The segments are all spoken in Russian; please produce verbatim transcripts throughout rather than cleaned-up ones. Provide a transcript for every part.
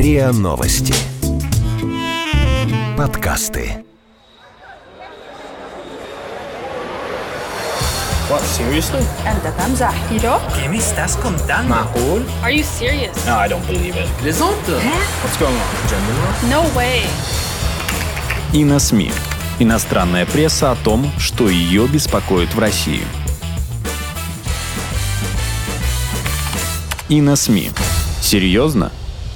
РИА Новости. Подкасты. What, seriously? أنت تمزح. ¿Y yo? ¿Qué me estás contando? معقول? Are you serious? No, I don't believe it. Plaisante. What's going on? Gender war? No way. Иносми. Иностранная пресса о том, что ее беспокоит в России. Иносми. Серьезно?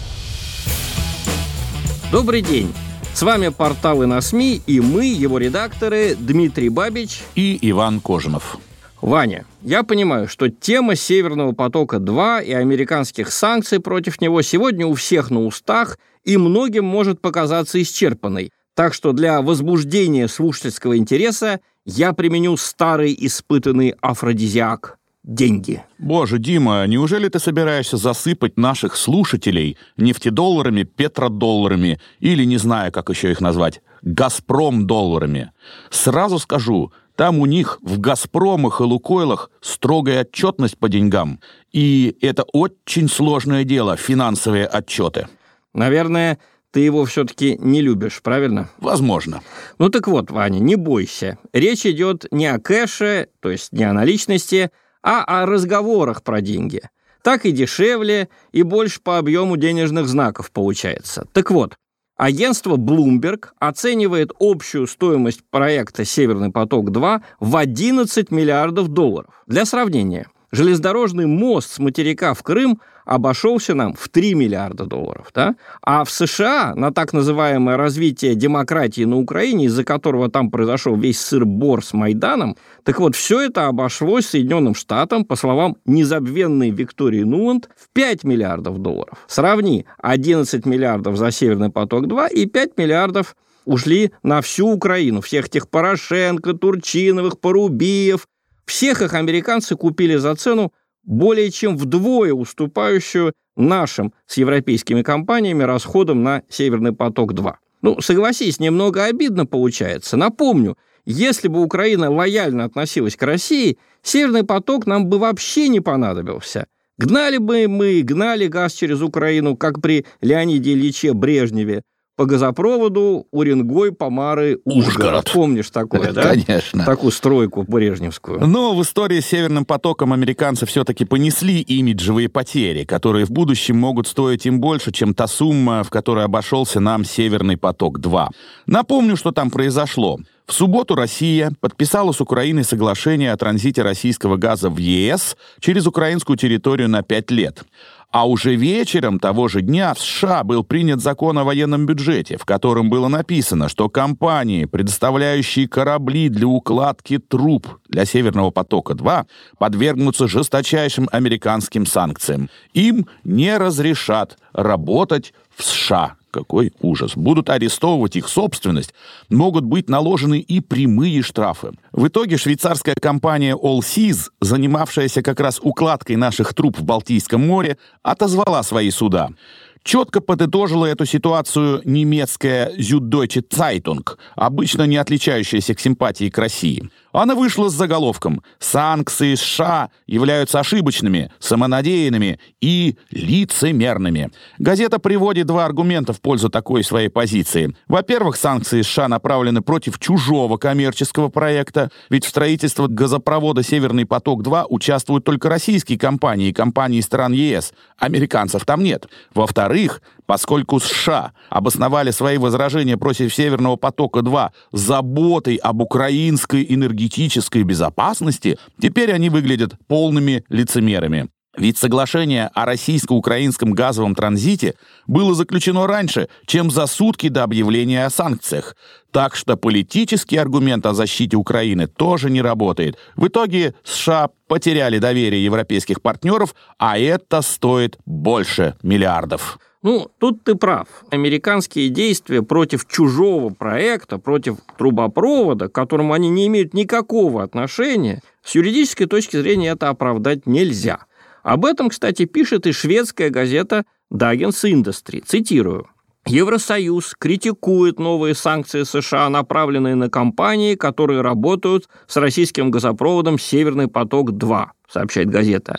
Добрый день! С вами портал Иносми, и мы, его редакторы, Дмитрий Бабич и Иван Кожинов. Ваня, я понимаю, что тема Северного потока-два и американских санкций против него сегодня у всех на устах и многим может показаться исчерпанной. Так что для возбуждения слушательского интереса я применю старый испытанный афродизиак – деньги. Боже, Дима, неужели ты собираешься засыпать наших слушателей нефтедолларами, петродолларами или, не знаю, как еще их назвать, Газпром-долларами? Сразу скажу, там у них в Газпромах и Лукойлах строгая отчетность по деньгам, и это очень сложное дело, финансовые отчеты. Наверное, ты его все-таки не любишь, правильно? Возможно. Ну так вот, Ваня, не бойся. Речь идет не о кэше, то есть не о наличности, а о разговорах про деньги. Так и дешевле, и больше по объему денежных знаков получается. Так вот, агентство Bloomberg оценивает общую стоимость проекта «Северный поток-два» в одиннадцать миллиардов долларов. Для сравнения, железнодорожный мост с материка в Крым обошелся нам в три миллиарда долларов. Да? А в США на так называемое развитие демократии на Украине, из-за которого там произошел весь сыр-бор с Майданом, так вот, все это обошлось Соединенным Штатам, по словам незабвенной Виктории Нуланд, в пять миллиардов долларов. Сравни, одиннадцать миллиардов за Северный поток-два и пять миллиардов ушли на всю Украину. Всех тех Порошенко, Турчиновых, Порубиев. Всех их американцы купили за цену более чем вдвое уступающую нашим с европейскими компаниями расходам на Северный поток-два. Ну, согласись, немного обидно получается. Напомню, если бы Украина лояльно относилась к России, Северный поток нам бы вообще не понадобился. Гнали бы мы, гнали газ через Украину, как при Леониде Ильиче Брежневе, по газопроводу Уренгой, Помары, Ужгород. Ужгород. Помнишь такое, да? Конечно. Такую стройку брежневскую. Но в истории с Северным потоком американцы все-таки понесли имиджевые потери, которые в будущем могут стоить им больше, чем та сумма, в которой обошелся нам Северный поток-два. Напомню, что там произошло. В субботу Россия подписала с Украиной соглашение о транзите российского газа в ЕС через украинскую территорию на пять лет. А уже вечером того же дня в США был принят закон о военном бюджете, в котором было написано, что компании, предоставляющие корабли для укладки труб для Северного потока-два, подвергнутся жесточайшим американским санкциям. Им не разрешат работать в США. Какой ужас. Будут арестовывать их собственность, могут быть наложены и прямые штрафы. В итоге швейцарская компания Allseas, занимавшаяся как раз укладкой наших труб в Балтийском море, отозвала свои суда. Четко подытожила эту ситуацию немецкая Süddeutsche Zeitung, обычно не отличающаяся к симпатии к России. Она вышла с заголовком «Санкции США являются ошибочными, самонадеянными и лицемерными». Газета приводит два аргумента в пользу такой своей позиции. Во-первых, санкции США направлены против чужого коммерческого проекта, ведь в строительстве газопровода «Северный поток-два» участвуют только российские компании и компании стран ЕС. Американцев там нет. Во-вторых, поскольку США обосновали свои возражения против Северного потока-два заботой об украинской энергетической безопасности, теперь они выглядят полными лицемерами. Ведь соглашение о российско-украинском газовом транзите было заключено раньше, чем за сутки до объявления о санкциях. Так что политический аргумент о защите Украины тоже не работает. В итоге США потеряли доверие европейских партнеров, а это стоит больше миллиардов. Ну, тут ты прав. Американские действия против чужого проекта, против трубопровода, к которому они не имеют никакого отношения, с юридической точки зрения это оправдать нельзя. Об этом, кстати, пишет и шведская газета Dagens Industry. Цитирую. Евросоюз критикует новые санкции США, направленные на компании, которые работают с российским газопроводом «Северный поток-два», сообщает газета.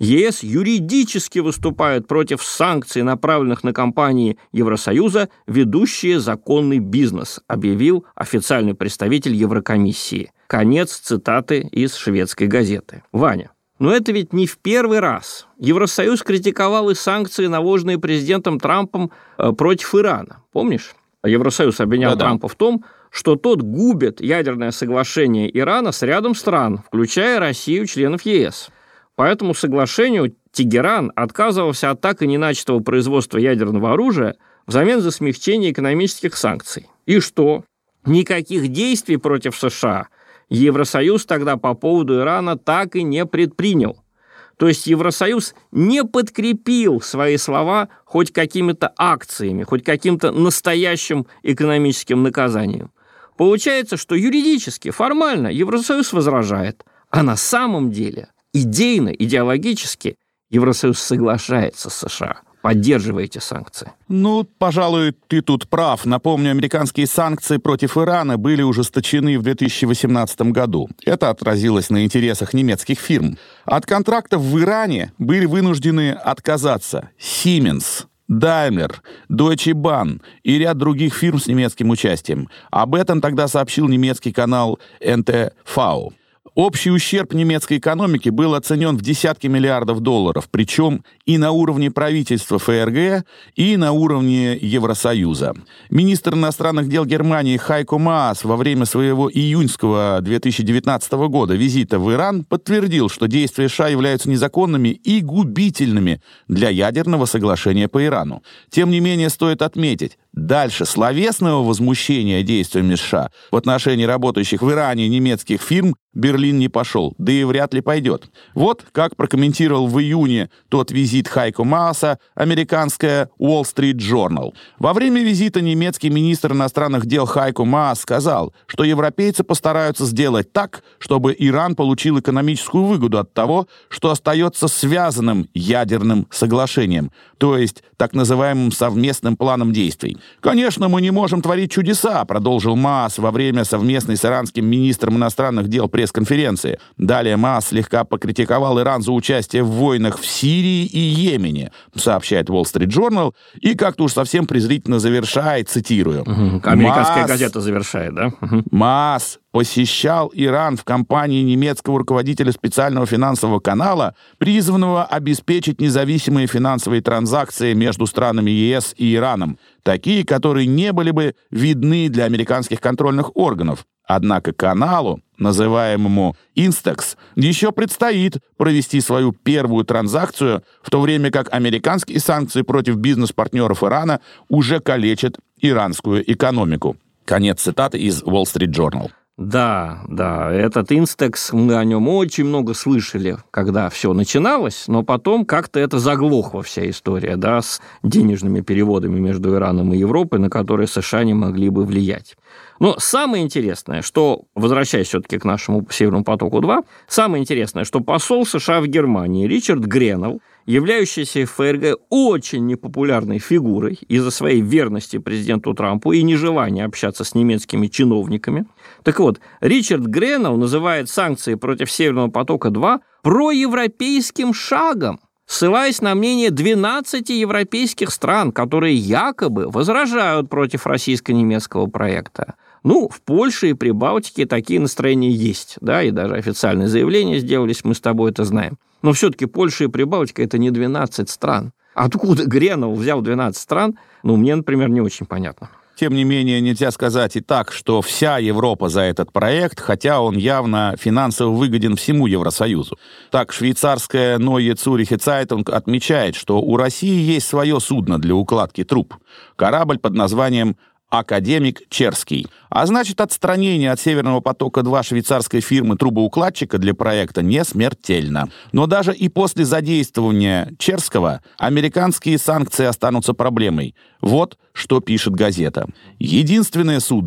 ЕС юридически выступает против санкций, направленных на компании Евросоюза, ведущие законный бизнес, объявил официальный представитель Еврокомиссии. Конец цитаты из шведской газеты. Ваня, но это ведь не в первый раз. Евросоюз критиковал и санкции, наложенные президентом Трампом против Ирана. Помнишь? Евросоюз обвинял Да-да. Трампа в том, что тот губит ядерное соглашение Ирана с рядом стран, включая Россию, членов ЕС. По этому соглашению Тегеран отказывался от так и не начатого производства ядерного оружия взамен за смягчение экономических санкций. И что? Никаких действий против США Евросоюз тогда по поводу Ирана так и не предпринял. То есть Евросоюз не подкрепил свои слова хоть какими-то акциями, хоть каким-то настоящим экономическим наказанием. Получается, что юридически, формально Евросоюз возражает, а на самом деле идейно, идеологически Евросоюз соглашается с США, поддерживая эти санкции. Ну, пожалуй, ты тут прав. Напомню, американские санкции против Ирана были ужесточены в две тысячи восемнадцатом году. Это отразилось на интересах немецких фирм. От контрактов в Иране были вынуждены отказаться Siemens, Daimler, Deutsche Bahn и ряд других фирм с немецким участием. Об этом тогда сообщил немецкий канал эн тэ вэ. Общий ущерб немецкой экономики был оценен в десятки миллиардов долларов, причем и на уровне правительства эф эр гэ, и на уровне Евросоюза. Министр иностранных дел Германии Хайко Маас во время своего июньского две тысячи девятнадцатого года визита в Иран подтвердил, что действия США являются незаконными и губительными для ядерного соглашения по Ирану. Тем не менее, стоит отметить, дальше словесного возмущения действиями США в отношении работающих в Иране немецких фирм Берлин не пошел, да и вряд ли пойдет. Вот как прокомментировал в июне тот визит Хайко Мааса американская Wall Street Journal. Во время визита немецкий министр иностранных дел Хайко Маас сказал, что европейцы постараются сделать так, чтобы Иран получил экономическую выгоду от того, что остается связанным ядерным соглашением, то есть так называемым совместным планом действий. «Конечно, мы не можем творить чудеса», продолжил Маас во время совместной с иранским министром иностранных дел пресс-конференции. Далее Маас слегка покритиковал Иран за участие в войнах в Сирии и Йемене, сообщает Wall Street Journal, и как-то уж совсем презрительно завершает, цитирую. Угу. Американская Маас, газета завершает, да? Угу. Маас посещал Иран в компании немецкого руководителя специального финансового канала, призванного обеспечить независимые финансовые транзакции между странами ЕС и Ираном, такие, которые не были бы видны для американских контрольных органов. Однако каналу, называемому Instex, еще предстоит провести свою первую транзакцию, в то время как американские санкции против бизнес-партнеров Ирана уже калечат иранскую экономику. Конец цитаты из Wall Street Journal. Да, да, этот Instex, мы о нем очень много слышали, когда все начиналось, но потом как-то это заглохла вся история, да, с денежными переводами между Ираном и Европой, на которые США не могли бы влиять. Но самое интересное, что, возвращаясь все-таки к нашему Северному потоку-два, самое интересное, что посол США в Германии Ричард Гренелл, являющийся в эф эр гэ очень непопулярной фигурой из-за своей верности президенту Трампу и нежелания общаться с немецкими чиновниками. Так вот, Ричард Гренелл называет санкции против Северного потока-два проевропейским шагом, ссылаясь на мнение двенадцати европейских стран, которые якобы возражают против российско-немецкого проекта. Ну, в Польше и Прибалтике такие настроения есть, да, и даже официальные заявления сделались, мы с тобой это знаем. Но все-таки Польша и Прибалтика – это не двенадцать стран. Откуда Гренелл взял двенадцать стран, ну, мне, например, не очень понятно. Тем не менее, нельзя сказать и так, что вся Европа за этот проект, хотя он явно финансово выгоден всему Евросоюзу. Так, швейцарская Neue Zürcher Zeitung отмечает, что у России есть свое судно для укладки труб. Корабль под названием «Академик Черский». А значит, отстранение от Северного потока-два швейцарской фирмы-трубоукладчика для проекта не смертельно. Но даже и после задействования Черского американские санкции останутся проблемой. Вот что пишет газета. Единственное судно,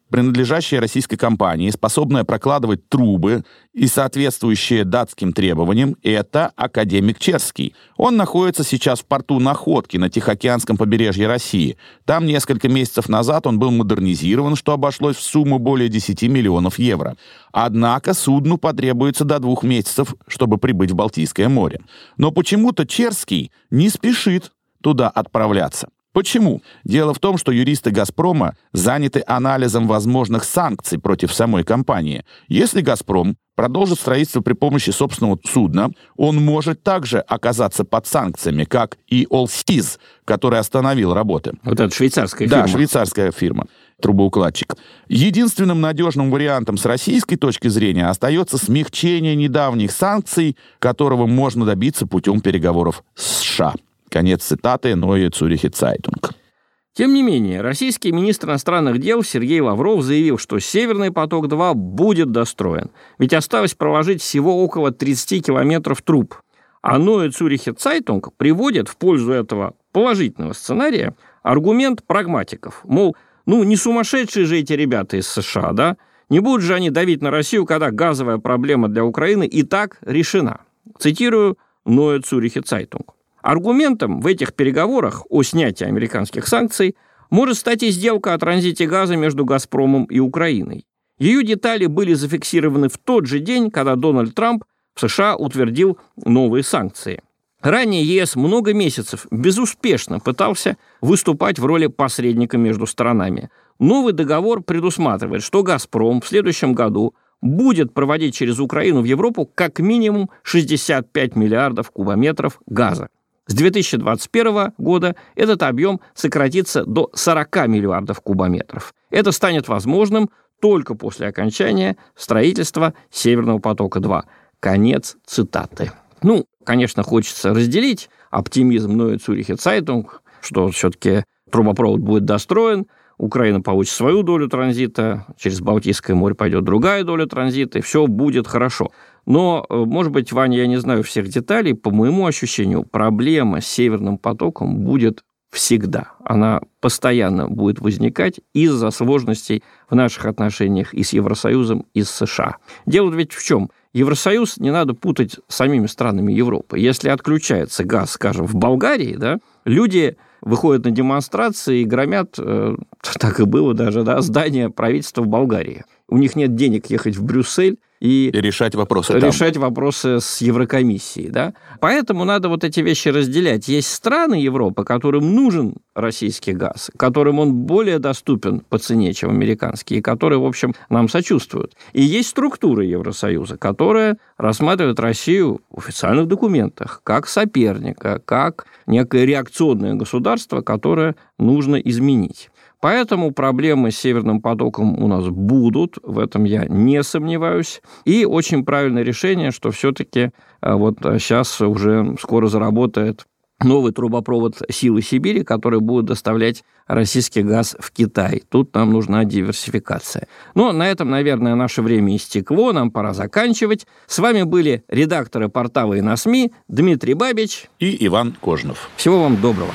принадлежащая российской компании, способная прокладывать трубы и соответствующие датским требованиям, это академик Черский. Он находится сейчас в порту Находки на Тихоокеанском побережье России. Там несколько месяцев назад он был модернизирован, что обошлось в сумму более десять миллионов евро. Однако судну потребуется до двух месяцев, чтобы прибыть в Балтийское море. Но почему-то Черский не спешит туда отправляться. Почему? Дело в том, что юристы «Газпрома» заняты анализом возможных санкций против самой компании. Если «Газпром» продолжит строительство при помощи собственного судна, он может также оказаться под санкциями, как и Allseas, который остановил работы. Вот это швейцарская фирма. Да, швейцарская фирма, трубоукладчик. Единственным надежным вариантом с российской точки зрения остается смягчение недавних санкций, которого можно добиться путем переговоров с США. Конец цитаты Neue Zürcher Zeitung. Тем не менее, российский министр иностранных дел Сергей Лавров заявил, что «Северный поток-два» будет достроен. Ведь осталось проложить всего около тридцать километров труб. А Neue Zürcher Zeitung приводит в пользу этого положительного сценария аргумент прагматиков. Мол, ну не сумасшедшие же эти ребята из США, да? Не будут же они давить на Россию, когда газовая проблема для Украины и так решена. Цитирую Neue Zürcher Zeitung. Аргументом в этих переговорах о снятии американских санкций может стать и сделка о транзите газа между «Газпромом» и Украиной. Ее детали были зафиксированы в тот же день, когда Дональд Трамп в США утвердил новые санкции. Ранее ЕС много месяцев безуспешно пытался выступать в роли посредника между сторонами. Новый договор предусматривает, что «Газпром» в следующем году будет проводить через Украину в Европу как минимум шестьдесят пять миллиардов кубометров газа. С две тысячи двадцать первого года этот объем сократится до сорок миллиардов кубометров. Это станет возможным только после окончания строительства «Северного потока-два». Конец цитаты. Ну, конечно, хочется разделить оптимизм Neue Zürcher Zeitung, что все-таки трубопровод будет достроен, Украина получит свою долю транзита, через Балтийское море пойдет другая доля транзита, и все будет хорошо. Но, может быть, Ваня, я не знаю всех деталей, по моему ощущению, проблема с Северным потоком будет всегда. Она постоянно будет возникать из-за сложностей в наших отношениях и с Евросоюзом, и с США. Дело ведь в чем? Евросоюз не надо путать с самими странами Европы. Если отключается газ, скажем, в Болгарии, да, люди выходят на демонстрации и громят, э, так и было даже, да, здание правительства в Болгарии. У них нет денег ехать в Брюссель и, и решать вопросы решать там. вопросы с Еврокомиссией. Да? Поэтому надо вот эти вещи разделять. Есть страны Европы, которым нужен российский газ, которым он более доступен по цене, чем американский, и которые, в общем, нам сочувствуют. И есть структуры Евросоюза, которые рассматривают Россию в официальных документах как соперника, как некое реакционное государство, которое нужно изменить. Поэтому проблемы с Северным потоком у нас будут, в этом я не сомневаюсь. И очень правильное решение, что все-таки вот сейчас уже скоро заработает новый трубопровод «Силы Сибири», который будет доставлять российский газ в Китай. Тут нам нужна диверсификация. Но на этом, наверное, наше время истекло, нам пора заканчивать. С вами были редакторы портала «Иносми» Дмитрий Бабич и Иван Кожинов. Всего вам доброго.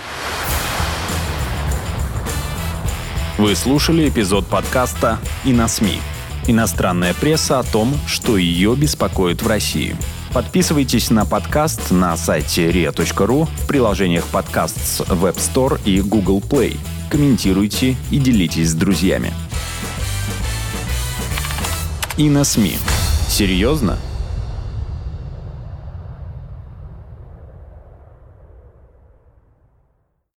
Вы слушали эпизод подкаста «Иносми». Иностранная пресса о том, что ее беспокоит в России. Подписывайтесь на подкаст на сайте риа точка ру, в приложениях подкаст с Web Store и Google Play. Комментируйте и делитесь с друзьями. «Иносми». Серьезно?